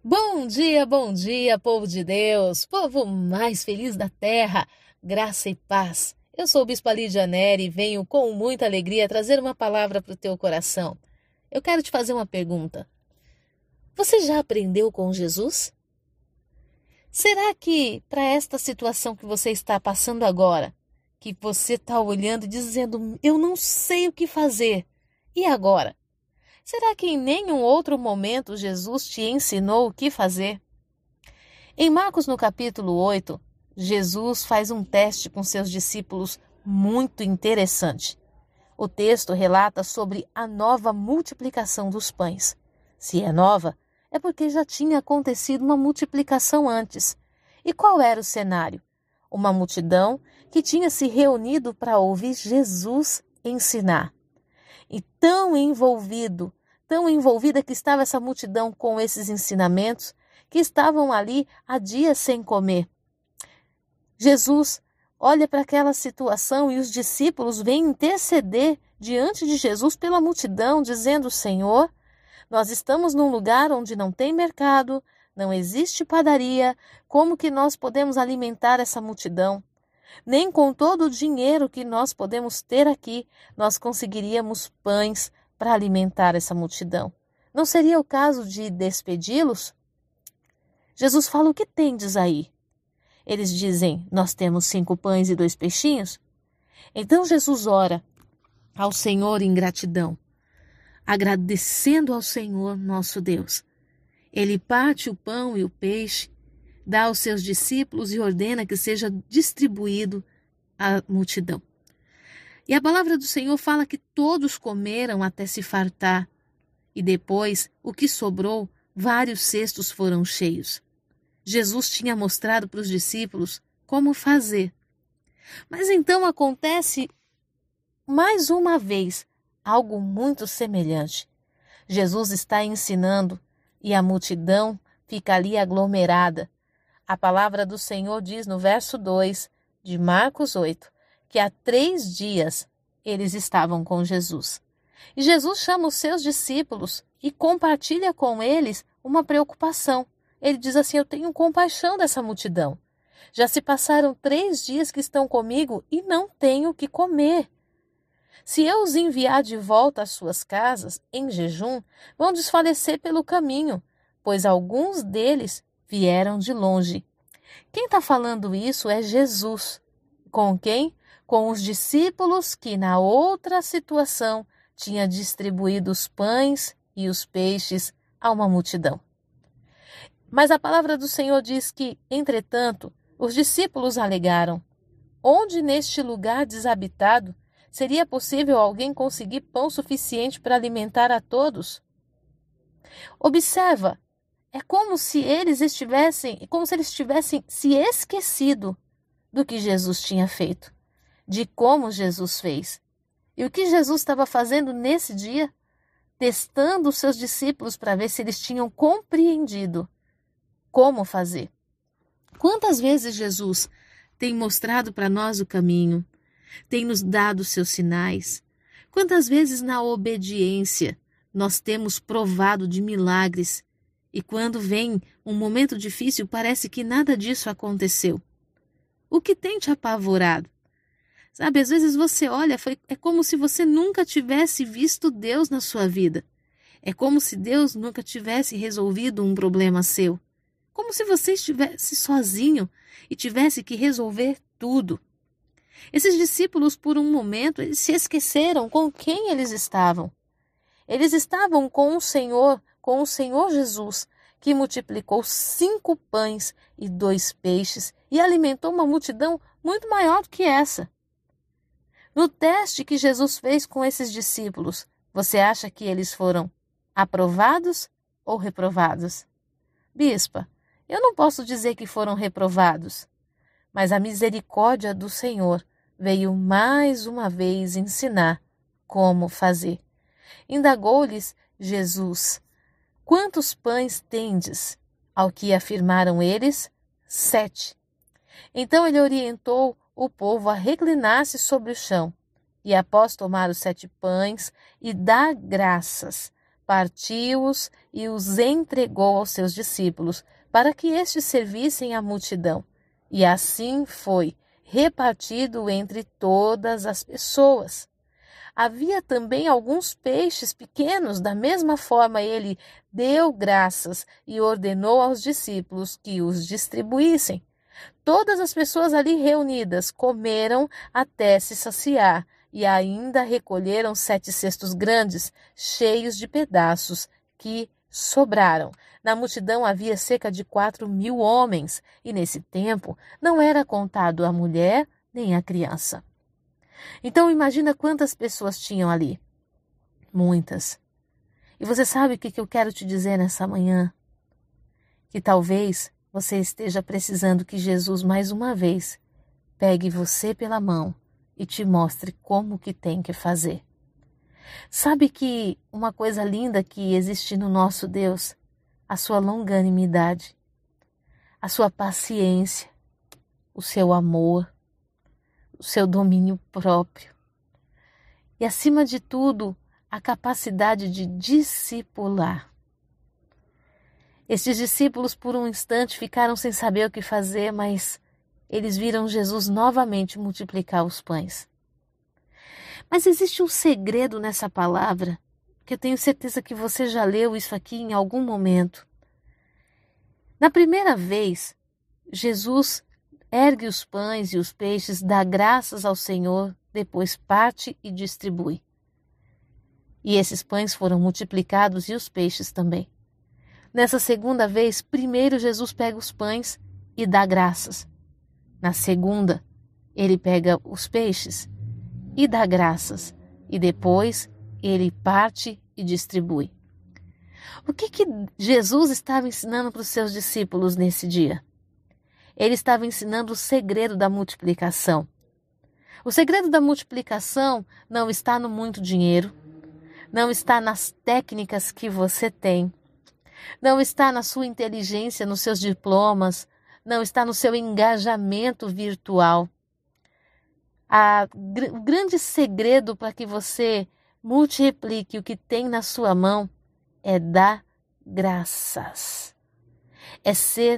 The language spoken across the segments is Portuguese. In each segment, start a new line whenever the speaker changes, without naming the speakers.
Bom dia, povo de Deus, povo mais feliz da terra, graça e paz. Eu sou o Bispo Lídia Neri e venho com muita alegria trazer uma palavra para o teu coração. Eu quero te fazer uma pergunta. Você já aprendeu com Jesus? Será que para esta situação que você está passando agora, que você está olhando e dizendo, eu não sei o que fazer, e agora? Será que em nenhum outro momento Jesus te ensinou o que fazer? Em Marcos, no capítulo 8, Jesus faz um teste com seus discípulos muito interessante. O texto relata sobre a nova multiplicação dos pães. Se é nova, é porque já tinha acontecido uma multiplicação antes. E qual era o cenário? Uma multidão que tinha se reunido para ouvir Jesus ensinar. E tão envolvida que estava essa multidão com esses ensinamentos, que estavam ali há dias sem comer. Jesus olha para aquela situação e os discípulos vêm interceder diante de Jesus pela multidão, dizendo, Senhor, nós estamos num lugar onde não tem mercado, não existe padaria, como que nós podemos alimentar essa multidão? Nem com todo o dinheiro que nós podemos ter aqui, nós conseguiríamos pães para alimentar essa multidão. Não seria o caso de despedi-los? Jesus fala, o que tendes aí? Eles dizem, nós temos 5 pães e 2 peixinhos. Então Jesus ora ao Senhor em gratidão, agradecendo ao Senhor nosso Deus. Ele parte o pão e o peixe, dá aos seus discípulos e ordena que seja distribuído à multidão. E a palavra do Senhor fala que todos comeram até se fartar, e depois, o que sobrou, vários cestos foram cheios. Jesus tinha mostrado para os discípulos como fazer. Mas então acontece mais uma vez algo muito semelhante. Jesus está ensinando e a multidão fica ali aglomerada. A palavra do Senhor diz no verso 2 de Marcos 8, que há 3 dias eles estavam com Jesus. E Jesus chama os seus discípulos e compartilha com eles uma preocupação. Ele diz assim, eu tenho compaixão dessa multidão. Já se passaram 3 dias que estão comigo e não tenho o que comer. Se eu os enviar de volta às suas casas, em jejum, vão desfalecer pelo caminho, pois alguns deles vieram de longe. Quem está falando isso é Jesus. Com quem? Com os discípulos que na outra situação tinha distribuído os pães e os peixes a uma multidão. Mas a palavra do Senhor diz que, entretanto, os discípulos alegaram, onde neste lugar desabitado seria possível alguém conseguir pão suficiente para alimentar a todos? Observa, é como se eles tivessem se esquecido do que Jesus tinha feito, de como Jesus fez. E o que Jesus estava fazendo nesse dia? Testando os seus discípulos para ver se eles tinham compreendido como fazer. Quantas vezes Jesus tem mostrado para nós o caminho, tem nos dado seus sinais? Quantas vezes na obediência nós temos provado de milagres e quando vem um momento difícil parece que nada disso aconteceu? O que tem te apavorado? Sabe, às vezes você olha, é como se você nunca tivesse visto Deus na sua vida. É como se Deus nunca tivesse resolvido um problema seu. Como se você estivesse sozinho e tivesse que resolver tudo. Esses discípulos, por um momento, eles se esqueceram com quem eles estavam. Eles estavam com o Senhor Jesus, que multiplicou 5 pães e 2 peixes e alimentou uma multidão muito maior do que essa. No teste que Jesus fez com esses discípulos, você acha que eles foram aprovados ou reprovados? Bispa, eu não posso dizer que foram reprovados, mas a misericórdia do Senhor veio mais uma vez ensinar como fazer. Indagou-lhes Jesus, quantos pães tendes? Ao que afirmaram eles, 7. Então ele orientou o povo a reclinar-se sobre o chão, e após tomar os 7 pães e dar graças, partiu-os e os entregou aos seus discípulos, para que estes servissem à multidão. E assim foi repartido entre todas as pessoas. Havia também alguns peixes pequenos, da mesma forma ele deu graças e ordenou aos discípulos que os distribuíssem. Todas as pessoas ali reunidas comeram até se saciar e ainda recolheram 7 cestos grandes, cheios de pedaços que sobraram. Na multidão havia cerca de 4.000 homens, e nesse tempo não era contado a mulher nem a criança. Então imagina quantas pessoas tinham ali. Muitas. E você sabe o que eu quero te dizer nessa manhã? Que talvez você esteja precisando que Jesus mais uma vez pegue você pela mão e te mostre como que tem que fazer. Sabe que uma coisa linda que existe no nosso Deus, a sua longanimidade, a sua paciência, o seu amor, o seu domínio próprio e, acima de tudo, a capacidade de discipular. Estes discípulos por um instante ficaram sem saber o que fazer, mas eles viram Jesus novamente multiplicar os pães. Mas existe um segredo nessa palavra, que eu tenho certeza que você já leu isso aqui em algum momento. Na primeira vez, Jesus ergue os pães e os peixes, dá graças ao Senhor, depois parte e distribui. E esses pães foram multiplicados e os peixes também. Nessa segunda vez, primeiro Jesus pega os pães e dá graças. Na segunda, ele pega os peixes e dá graças. E depois, ele parte e distribui. O que Jesus estava ensinando para os seus discípulos nesse dia? Ele estava ensinando o segredo da multiplicação. O segredo da multiplicação não está no muito dinheiro, não está nas técnicas que você tem, não está na sua inteligência, nos seus diplomas, não está no seu engajamento virtual. O grande segredo para que você multiplique o que tem na sua mão é dar graças. É ser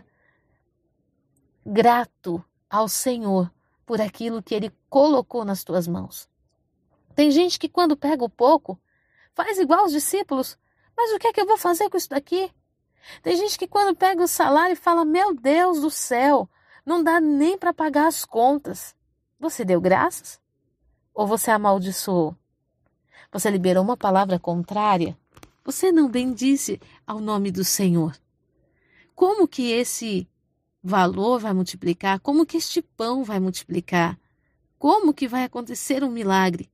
grato ao Senhor por aquilo que Ele colocou nas tuas mãos. Tem gente que quando pega o pouco, faz igual os discípulos. Mas o que é que eu vou fazer com isso daqui? Tem gente que quando pega o salário fala, meu Deus do céu, não dá nem para pagar as contas. Você deu graças? Ou você amaldiçoou? Você liberou uma palavra contrária? Você não bendisse ao nome do Senhor? Como que esse valor vai multiplicar? Como que este pão vai multiplicar? Como que vai acontecer um milagre?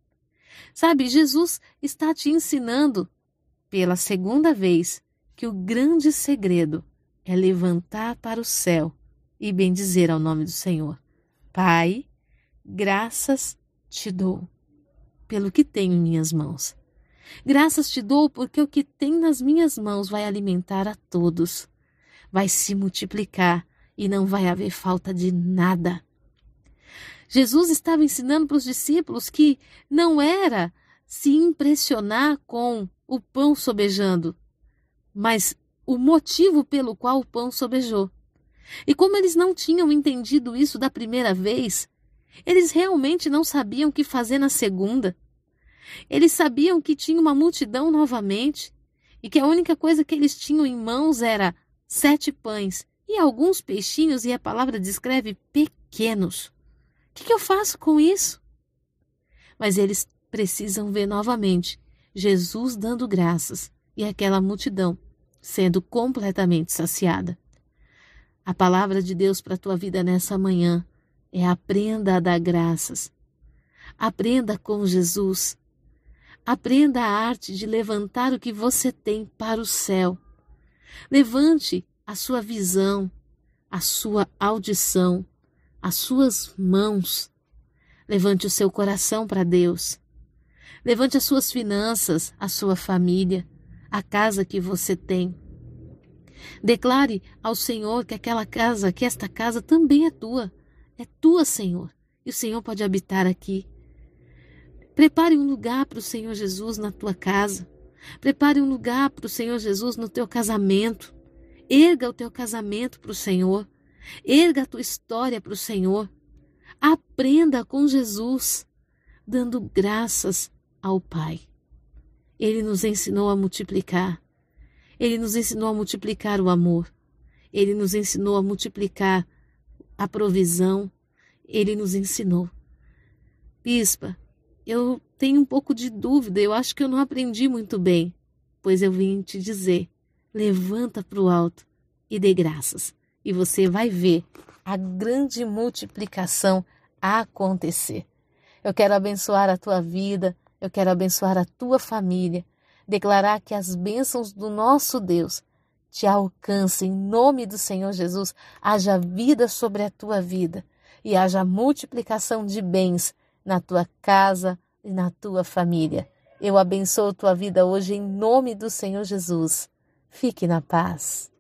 Sabe, Jesus está te ensinando pela segunda vez que o grande segredo é levantar para o céu e bendizer ao nome do Senhor. Pai, graças te dou pelo que tenho em minhas mãos. Graças te dou porque o que tem nas minhas mãos vai alimentar a todos. Vai se multiplicar e não vai haver falta de nada. Jesus estava ensinando para os discípulos que não era se impressionar com o pão sobejando, mas o motivo pelo qual o pão sobejou. E como eles não tinham entendido isso da primeira vez, eles realmente não sabiam o que fazer na segunda. Eles sabiam que tinha uma multidão novamente e que a única coisa que eles tinham em mãos era 7 pães e alguns peixinhos, e a palavra descreve pequenos. O que eu faço com isso? Mas eles precisam ver novamente Jesus dando graças e aquela multidão sendo completamente saciada. A palavra de Deus para a tua vida nessa manhã é: aprenda a dar graças. Aprenda com Jesus. Aprenda a arte de levantar o que você tem para o céu. Levante a sua visão, a sua audição, as suas mãos. Levante o seu coração para Deus. Levante as suas finanças, a sua família, a casa que você tem. Declare ao Senhor que aquela casa, que esta casa também é tua. É tua, Senhor. E o Senhor pode habitar aqui. Prepare um lugar para o Senhor Jesus na tua casa. Prepare um lugar para o Senhor Jesus no teu casamento. Erga o teu casamento para o Senhor. Erga a tua história para o Senhor. Aprenda com Jesus, dando graças ao Pai. Ele nos ensinou a multiplicar. Ele nos ensinou a multiplicar o amor. Ele nos ensinou a multiplicar a provisão. Ele nos ensinou. Bispa, eu tenho um pouco de dúvida, eu acho que eu não aprendi muito bem, pois eu vim te dizer, levanta para o alto e dê graças, e você vai ver a grande multiplicação a acontecer. Eu quero abençoar a tua vida, eu quero abençoar a tua família, declarar que as bênçãos do nosso Deus te alcancem em nome do Senhor Jesus, haja vida sobre a tua vida e haja multiplicação de bens na tua casa e na tua família. Eu abençoo tua vida hoje em nome do Senhor Jesus. Fique na paz.